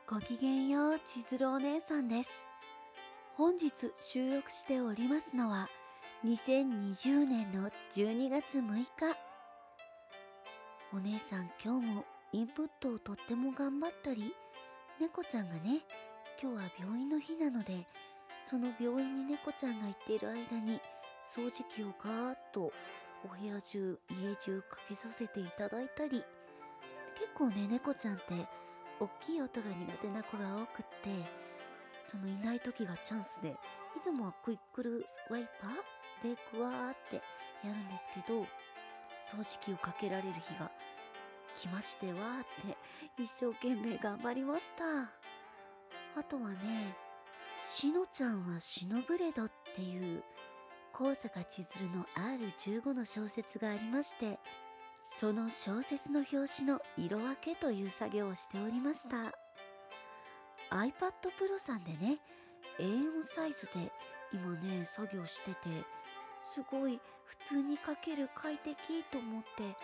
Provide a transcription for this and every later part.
ごきげんよう、千鶴お姉さんです。本日収録しておりますのは、2020年の12月6日。お姉さん、今日もインプットをとっても頑張ったり、猫ちゃんがね、今日は病院の日なので、その病院に猫ちゃんが行っている間に、掃除機をガーッとお部屋中、家中かけさせていただいたり、結構ね、猫ちゃんって、大きい音が苦手な子が多くって、そのいない時がチャンスで、いつもはクイックルワイパーでグワーってやるんですけど、掃除機をかけられる日が来ましてわーって一生懸命頑張りました。あとはね、しのちゃんはしのブレドっていう高坂千鶴の R15 の小説がありまして、その小説の表紙の色分けという作業をしておりました。iPad Pro さんでね、A4 サイズで今ね、作業してて、すごい普通に書ける快適と思って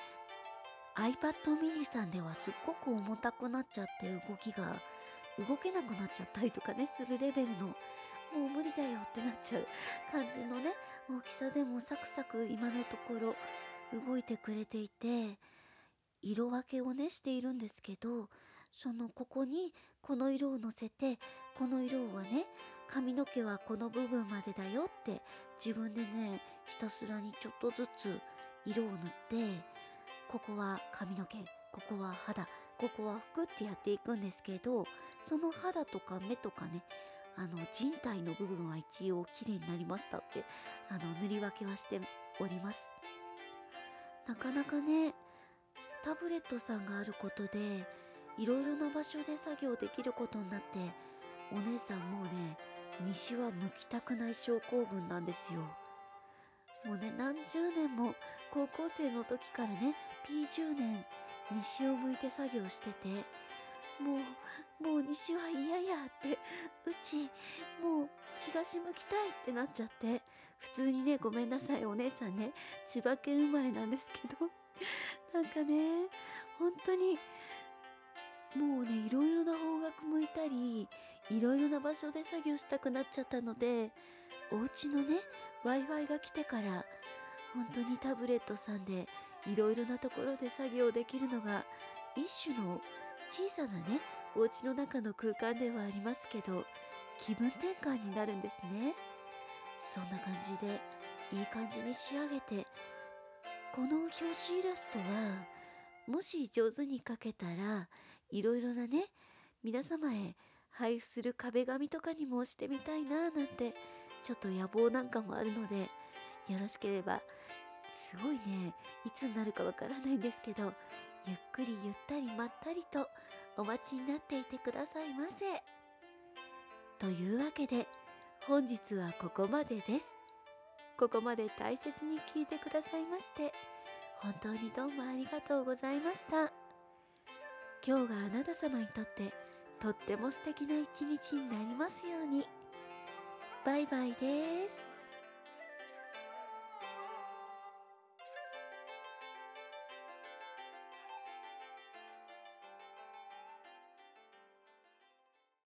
、iPad mini さんではすっごく重たくなっちゃって動けなくなっちゃったりとかね、するレベルの、もう無理だよってなっちゃう感じのね、大きさでもサクサク今のところ動いてくれていて、色分けをねしているんですけど、ここにこの色をのせて、この色はね、髪の毛はこの部分までだよって自分でね、ひたすらにちょっとずつ色を塗って、ここは髪の毛、ここは肌、ここは服ってやっていくんですけど、その肌とか目とかね、人体の部分は一応綺麗になりましたって、塗り分けはしております。なかなかね、タブレットさんがあることで、いろいろな場所で作業できることになって、お姉さんもうね、西は向きたくない症候群なんですよ。もうね、何十年も高校生の時からね、P10 年西を向いて作業してて、もう西は嫌やって、うち、もう東向きたいってなっちゃって、普通にね、ごめんなさい、お姉さんね、千葉県生まれなんですけど、なんかね、本当にもうね、いろいろな方角向いたり、いろいろな場所で作業したくなっちゃったので、お家のね、Wi-Fi が来てから、本当にタブレットさんでいろいろなところで作業できるのが、一種の小さなね、お家の中の空間ではありますけど、気分転換になるんですね。そんな感じで、いい感じに仕上げて、この表紙イラストは、もし上手に描けたら、いろいろなね、皆様へ配布する壁紙とかにもしてみたいななんて、ちょっと野望なんかもあるので、よろしければ、すごいね、いつになるかわからないんですけど、ゆっくりゆったりまったりとお待ちになっていてくださいませ。というわけで、本日はここまでです。ここまで大切に聞いてくださいまして、本当にどうもありがとうございました。今日があなた様にとってとっても素敵な一日になりますように。バイバイです。